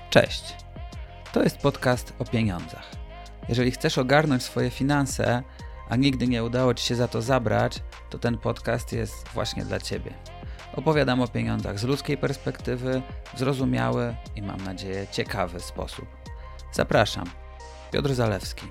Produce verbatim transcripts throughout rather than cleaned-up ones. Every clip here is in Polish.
Cześć, to jest podcast o pieniądzach. Jeżeli chcesz ogarnąć swoje finanse, a nigdy nie udało Ci się za to zabrać, to ten podcast jest właśnie dla Ciebie. Opowiadam o pieniądzach z ludzkiej perspektywy, w zrozumiały i mam nadzieję ciekawy sposób. Zapraszam, Piotr Zalewski.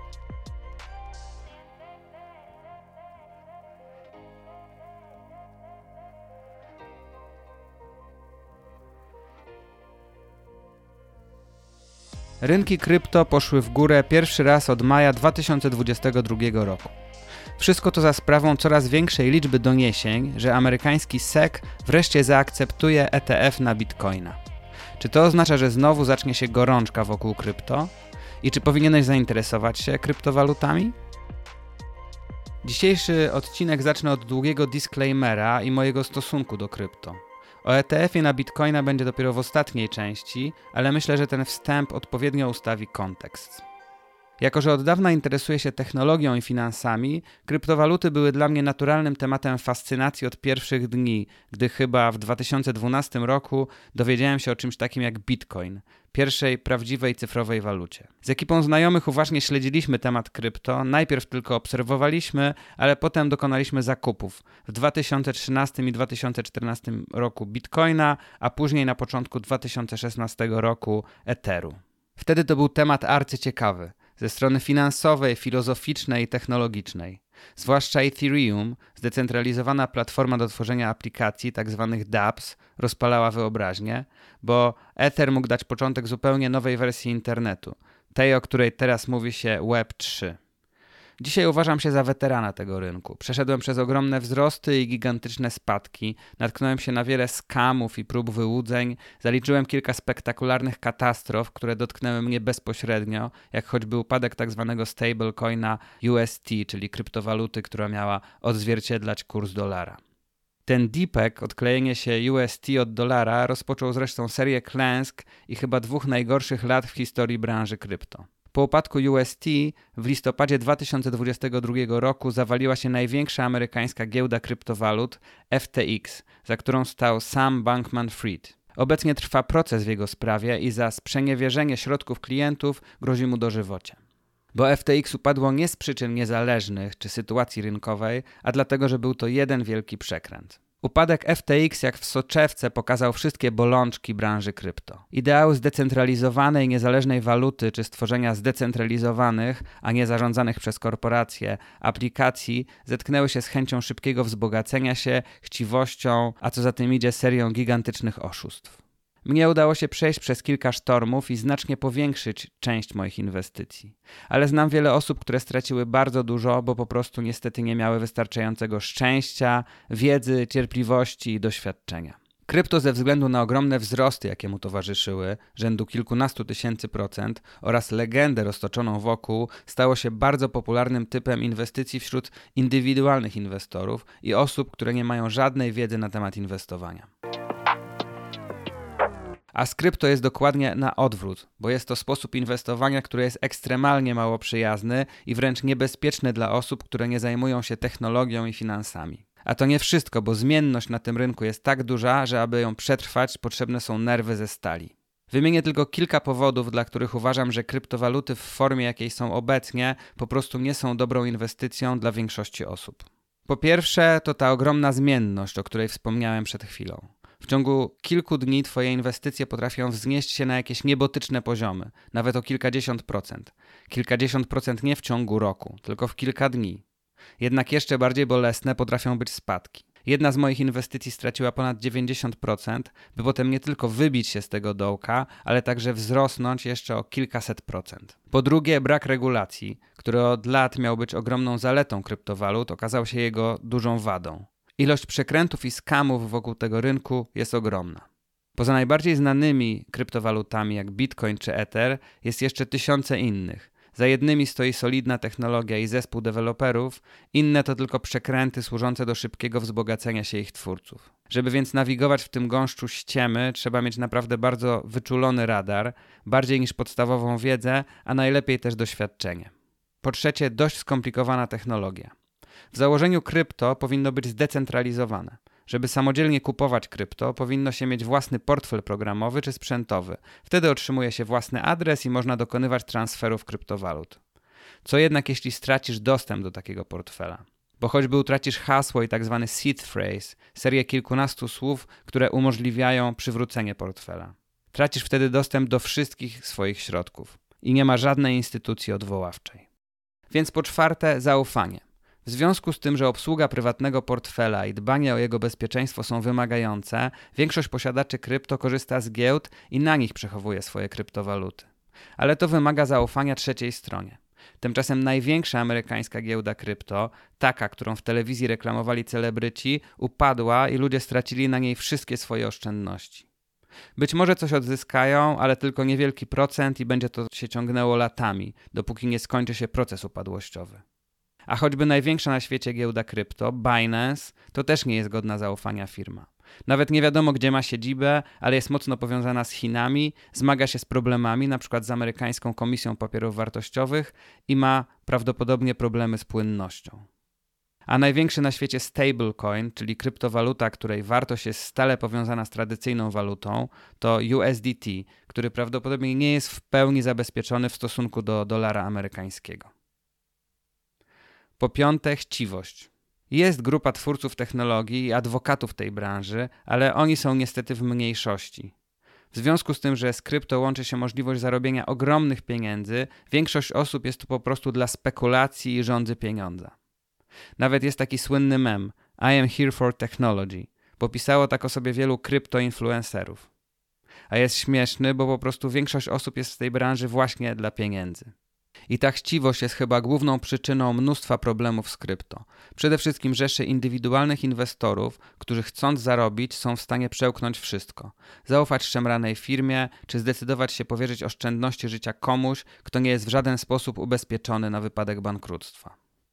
Rynki krypto poszły w górę pierwszy raz od maja dwa tysiące dwudziestego drugiego roku. Wszystko to za sprawą coraz większej liczby doniesień, że amerykański S E C wreszcie zaakceptuje E T F na Bitcoina. Czy to oznacza, że znowu zacznie się gorączka wokół krypto? I czy powinieneś zainteresować się kryptowalutami? Dzisiejszy odcinek zacznę od długiego disclaimera i mojego stosunku do krypto. O E T F-ie na Bitcoina będzie dopiero w ostatniej części, ale myślę, że ten wstęp odpowiednio ustawi kontekst. Jako że od dawna interesuję się technologią i finansami, kryptowaluty były dla mnie naturalnym tematem fascynacji od pierwszych dni, gdy chyba w dwa tysiące dwunastym roku dowiedziałem się o czymś takim jak Bitcoin, pierwszej prawdziwej cyfrowej walucie. Z ekipą znajomych uważnie śledziliśmy temat krypto, najpierw tylko obserwowaliśmy, ale potem dokonaliśmy zakupów w dwa tysiące trzynastym i dwa tysiące czternastym roku Bitcoina, a później na początku dwa tysiące szesnastego roku Etheru. Wtedy to był temat arcyciekawy. Ze strony finansowej, filozoficznej i technologicznej. Zwłaszcza Ethereum, zdecentralizowana platforma do tworzenia aplikacji, tzw. dApps, rozpalała wyobraźnię, bo Ether mógł dać początek zupełnie nowej wersji internetu, tej, o której teraz mówi się Web trzy. Dzisiaj uważam się za weterana tego rynku. Przeszedłem przez ogromne wzrosty i gigantyczne spadki, natknąłem się na wiele skamów i prób wyłudzeń, zaliczyłem kilka spektakularnych katastrof, które dotknęły mnie bezpośrednio, jak choćby upadek tzw. stablecoina U S T, czyli kryptowaluty, która miała odzwierciedlać kurs dolara. Ten dipek, odklejenie się U S T od dolara, rozpoczął zresztą serię klęsk i chyba dwóch najgorszych lat w historii branży krypto. Po upadku U S T w listopadzie dwa tysiące dwudziestego drugiego roku zawaliła się największa amerykańska giełda kryptowalut F T X, za którą stał Sam Bankman-Fried. Obecnie trwa proces w jego sprawie i za sprzeniewierzenie środków klientów grozi mu dożywocie. Bo F T X upadło nie z przyczyn niezależnych czy sytuacji rynkowej, a dlatego, że był to jeden wielki przekręt. Upadek F T X jak w soczewce pokazał wszystkie bolączki branży krypto. Ideały zdecentralizowanej i niezależnej waluty czy stworzenia zdecentralizowanych, a nie zarządzanych przez korporacje, aplikacji zetknęły się z chęcią szybkiego wzbogacenia się, chciwością, a co za tym idzie serią gigantycznych oszustw. Mnie udało się przejść przez kilka sztormów i znacznie powiększyć część moich inwestycji. Ale znam wiele osób, które straciły bardzo dużo, bo po prostu niestety nie miały wystarczającego szczęścia, wiedzy, cierpliwości i doświadczenia. Krypto ze względu na ogromne wzrosty, jakie mu towarzyszyły, rzędu kilkunastu tysięcy procent oraz legendę roztoczoną wokół, stało się bardzo popularnym typem inwestycji wśród indywidualnych inwestorów i osób, które nie mają żadnej wiedzy na temat inwestowania. A z krypto jest dokładnie na odwrót, bo jest to sposób inwestowania, który jest ekstremalnie mało przyjazny i wręcz niebezpieczny dla osób, które nie zajmują się technologią i finansami. A to nie wszystko, bo zmienność na tym rynku jest tak duża, że aby ją przetrwać, potrzebne są nerwy ze stali. Wymienię tylko kilka powodów, dla których uważam, że kryptowaluty w formie, jakiej są obecnie, po prostu nie są dobrą inwestycją dla większości osób. Po pierwsze, to ta ogromna zmienność, o której wspomniałem przed chwilą. W ciągu kilku dni twoje inwestycje potrafią wznieść się na jakieś niebotyczne poziomy, nawet o kilkadziesiąt procent. Kilkadziesiąt procent nie w ciągu roku, tylko w kilka dni. Jednak jeszcze bardziej bolesne potrafią być spadki. Jedna z moich inwestycji straciła ponad dziewięćdziesiąt procent, by potem nie tylko wybić się z tego dołka, ale także wzrosnąć jeszcze o kilkaset procent. Po drugie, brak regulacji, który od lat miał być ogromną zaletą kryptowalut, okazał się jego dużą wadą. Ilość przekrętów i skamów wokół tego rynku jest ogromna. Poza najbardziej znanymi kryptowalutami jak Bitcoin czy Ether jest jeszcze tysiące innych. Za jednymi stoi solidna technologia i zespół deweloperów, inne to tylko przekręty służące do szybkiego wzbogacenia się ich twórców. Żeby więc nawigować w tym gąszczu ściemy, trzeba mieć naprawdę bardzo wyczulony radar, bardziej niż podstawową wiedzę, a najlepiej też doświadczenie. Po trzecie, dość skomplikowana technologia. W założeniu krypto powinno być zdecentralizowane. Żeby samodzielnie kupować krypto, powinno się mieć własny portfel programowy czy sprzętowy. Wtedy otrzymuje się własny adres i można dokonywać transferów kryptowalut. Co jednak jeśli stracisz dostęp do takiego portfela? Bo choćby utracisz hasło i tak zwany seed phrase, serię kilkunastu słów, które umożliwiają przywrócenie portfela. Tracisz wtedy dostęp do wszystkich swoich środków i nie ma żadnej instytucji odwoławczej. Więc po czwarte, zaufanie. W związku z tym, że obsługa prywatnego portfela i dbanie o jego bezpieczeństwo są wymagające, większość posiadaczy krypto korzysta z giełd i na nich przechowuje swoje kryptowaluty. Ale to wymaga zaufania trzeciej stronie. Tymczasem największa amerykańska giełda krypto, taka, którą w telewizji reklamowali celebryci, upadła i ludzie stracili na niej wszystkie swoje oszczędności. Być może coś odzyskają, ale tylko niewielki procent i będzie to się ciągnęło latami, dopóki nie skończy się proces upadłościowy. A choćby największa na świecie giełda krypto, Binance, to też nie jest godna zaufania firma. Nawet nie wiadomo, gdzie ma siedzibę, ale jest mocno powiązana z Chinami, zmaga się z problemami, np. z amerykańską Komisją Papierów Wartościowych i ma prawdopodobnie problemy z płynnością. A największy na świecie stablecoin, czyli kryptowaluta, której wartość jest stale powiązana z tradycyjną walutą, to U S D T, który prawdopodobnie nie jest w pełni zabezpieczony w stosunku do dolara amerykańskiego. Po piąte, chciwość. Jest grupa twórców technologii i adwokatów tej branży, ale oni są niestety w mniejszości. W związku z tym, że z krypto łączy się możliwość zarobienia ogromnych pieniędzy, większość osób jest tu po prostu dla spekulacji i żądzy pieniądza. Nawet jest taki słynny mem I am here for technology, bo pisało tak o sobie wielu kryptoinfluencerów. A jest śmieszny, bo po prostu większość osób jest w tej branży właśnie dla pieniędzy. I ta chciwość jest chyba główną przyczyną mnóstwa problemów z krypto. Przede wszystkim rzeszy indywidualnych inwestorów, którzy chcąc zarobić są w stanie przełknąć wszystko. Zaufać szemranej firmie, czy zdecydować się powierzyć oszczędności życia komuś, kto nie jest w żaden sposób ubezpieczony na wypadek bankructwa.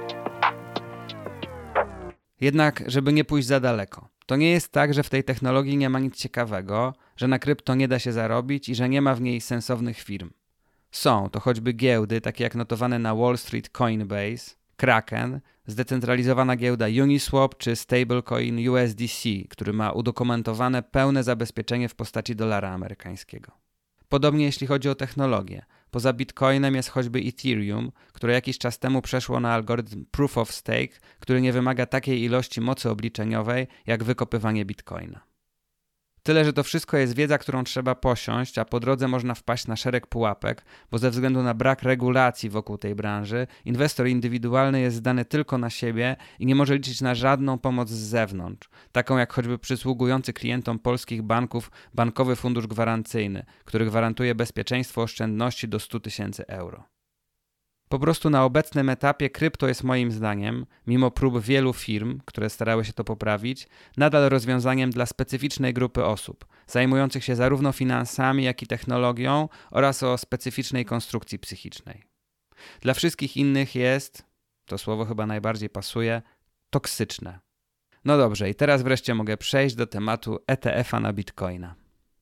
Jednak, żeby nie pójść za daleko. To nie jest tak, że w tej technologii nie ma nic ciekawego, że na krypto nie da się zarobić i że nie ma w niej sensownych firm. Są to choćby giełdy, takie jak notowane na Wall Street Coinbase, Kraken, zdecentralizowana giełda Uniswap czy stablecoin U S D C, który ma udokumentowane pełne zabezpieczenie w postaci dolara amerykańskiego. Podobnie jeśli chodzi o technologię. Poza Bitcoinem jest choćby Ethereum, które jakiś czas temu przeszło na algorytm Proof of Stake, który nie wymaga takiej ilości mocy obliczeniowej jak wykopywanie Bitcoina. Tyle, że to wszystko jest wiedza, którą trzeba posiąść, a po drodze można wpaść na szereg pułapek, bo ze względu na brak regulacji wokół tej branży, inwestor indywidualny jest zdany tylko na siebie i nie może liczyć na żadną pomoc z zewnątrz, taką jak choćby przysługujący klientom polskich banków Bankowy Fundusz Gwarancyjny, który gwarantuje bezpieczeństwo oszczędności do stu tysięcy euro. Po prostu na obecnym etapie krypto jest moim zdaniem, mimo prób wielu firm, które starały się to poprawić, nadal rozwiązaniem dla specyficznej grupy osób, zajmujących się zarówno finansami, jak i technologią oraz o specyficznej konstrukcji psychicznej. Dla wszystkich innych jest, to słowo chyba najbardziej pasuje, toksyczne. No dobrze, i teraz wreszcie mogę przejść do tematu E T F a na Bitcoina.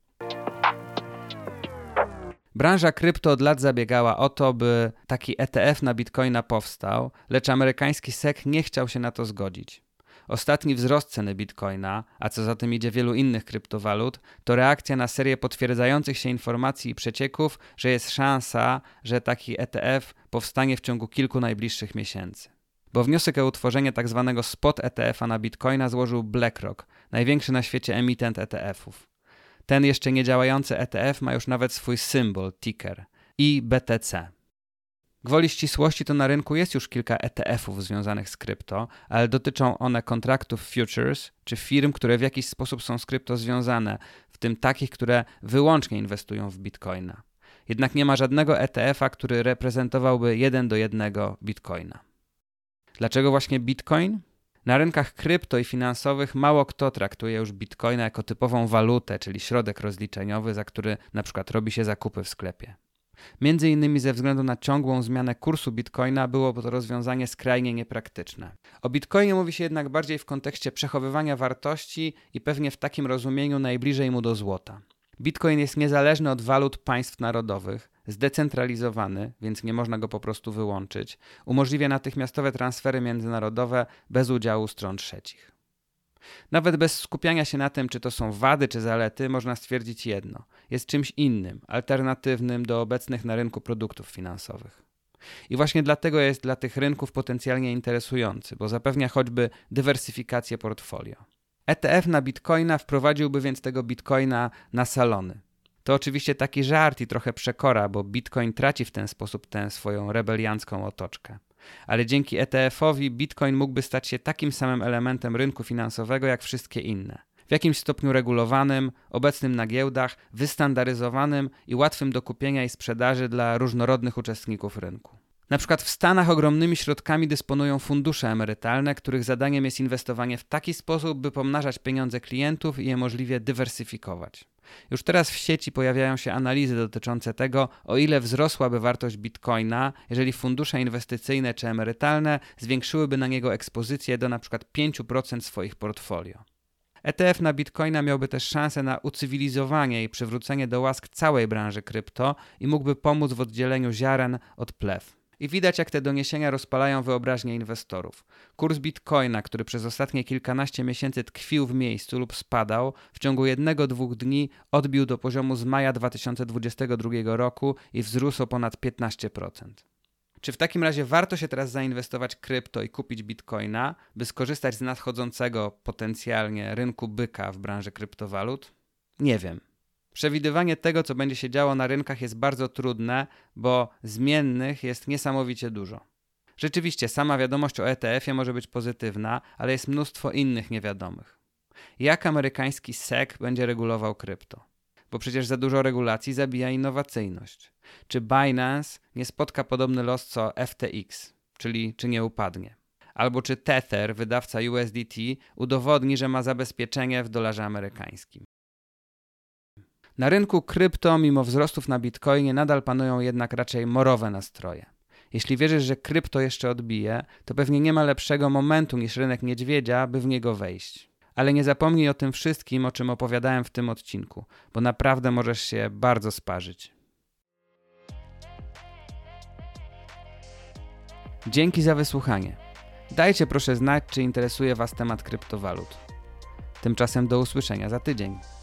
Branża krypto od lat zabiegała o to, by taki E T F na Bitcoina powstał, lecz amerykański S E C nie chciał się na to zgodzić. Ostatni wzrost ceny Bitcoina, a co za tym idzie wielu innych kryptowalut, to reakcja na serię potwierdzających się informacji i przecieków, że jest szansa, że taki E T F powstanie w ciągu kilku najbliższych miesięcy. Bo wniosek o utworzenie tzw. spot E T F a na Bitcoina złożył BlackRock, największy na świecie emitent E T F-ów. Ten jeszcze niedziałający E T F ma już nawet swój symbol, ticker I B T C. Gwoli ścisłości to na rynku jest już kilka E T F-ów związanych z krypto, ale dotyczą one kontraktów futures, czy firm, które w jakiś sposób są z krypto związane, w tym takich, które wyłącznie inwestują w Bitcoina. Jednak nie ma żadnego E T F a, który reprezentowałby jeden do jednego Bitcoina. Dlaczego właśnie Bitcoin? Na rynkach krypto i finansowych mało kto traktuje już Bitcoina jako typową walutę, czyli środek rozliczeniowy, za który na przykład robi się zakupy w sklepie. Między innymi ze względu na ciągłą zmianę kursu Bitcoina było to rozwiązanie skrajnie niepraktyczne. O Bitcoinie mówi się jednak bardziej w kontekście przechowywania wartości i pewnie w takim rozumieniu najbliżej mu do złota. Bitcoin jest niezależny od walut państw narodowych, zdecentralizowany, więc nie można go po prostu wyłączyć, umożliwia natychmiastowe transfery międzynarodowe bez udziału stron trzecich. Nawet bez skupiania się na tym, czy to są wady, czy zalety, można stwierdzić jedno. Jest czymś innym, alternatywnym do obecnych na rynku produktów finansowych. I właśnie dlatego jest dla tych rynków potencjalnie interesujący, bo zapewnia choćby dywersyfikację portfolio. E T F na bitcoina wprowadziłby więc tego bitcoina na salony. To oczywiście taki żart i trochę przekora, bo bitcoin traci w ten sposób tę swoją rebeliancką otoczkę. Ale dzięki E T F-owi bitcoin mógłby stać się takim samym elementem rynku finansowego jak wszystkie inne. W jakimś stopniu regulowanym, obecnym na giełdach, wystandaryzowanym i łatwym do kupienia i sprzedaży dla różnorodnych uczestników rynku. Na przykład w Stanach ogromnymi środkami dysponują fundusze emerytalne, których zadaniem jest inwestowanie w taki sposób, by pomnażać pieniądze klientów i je możliwie dywersyfikować. Już teraz w sieci pojawiają się analizy dotyczące tego, o ile wzrosłaby wartość bitcoina, jeżeli fundusze inwestycyjne czy emerytalne zwiększyłyby na niego ekspozycję do np. pięć procent swoich portfolio. E T F na bitcoina miałby też szansę na ucywilizowanie i przywrócenie do łask całej branży krypto i mógłby pomóc w oddzieleniu ziaren od plew. I widać, jak te doniesienia rozpalają wyobraźnię inwestorów. Kurs bitcoina, który przez ostatnie kilkanaście miesięcy tkwił w miejscu lub spadał, w ciągu jednego, dwóch dni odbił do poziomu z maja dwa tysiące dwudziestego drugiego roku i wzrósł o ponad piętnaście procent. Czy w takim razie warto się teraz zainwestować w krypto i kupić bitcoina, by skorzystać z nadchodzącego potencjalnie rynku byka w branży kryptowalut? Nie wiem. Przewidywanie tego, co będzie się działo na rynkach, jest bardzo trudne, bo zmiennych jest niesamowicie dużo. Rzeczywiście, sama wiadomość o E T F-ie może być pozytywna, ale jest mnóstwo innych niewiadomych. Jak amerykański S E C będzie regulował krypto? Bo przecież za dużo regulacji zabija innowacyjność. Czy Binance nie spotka podobny los co F T X, czyli czy nie upadnie? Albo czy Tether, wydawca U S D T, udowodni, że ma zabezpieczenie w dolarze amerykańskim? Na rynku krypto, mimo wzrostów na bitcoinie, nadal panują jednak raczej morowe nastroje. Jeśli wierzysz, że krypto jeszcze odbije, to pewnie nie ma lepszego momentu niż rynek niedźwiedzia, by w niego wejść. Ale nie zapomnij o tym wszystkim, o czym opowiadałem w tym odcinku, bo naprawdę możesz się bardzo sparzyć. Dzięki za wysłuchanie. Dajcie proszę znać, czy interesuje Was temat kryptowalut. Tymczasem do usłyszenia za tydzień.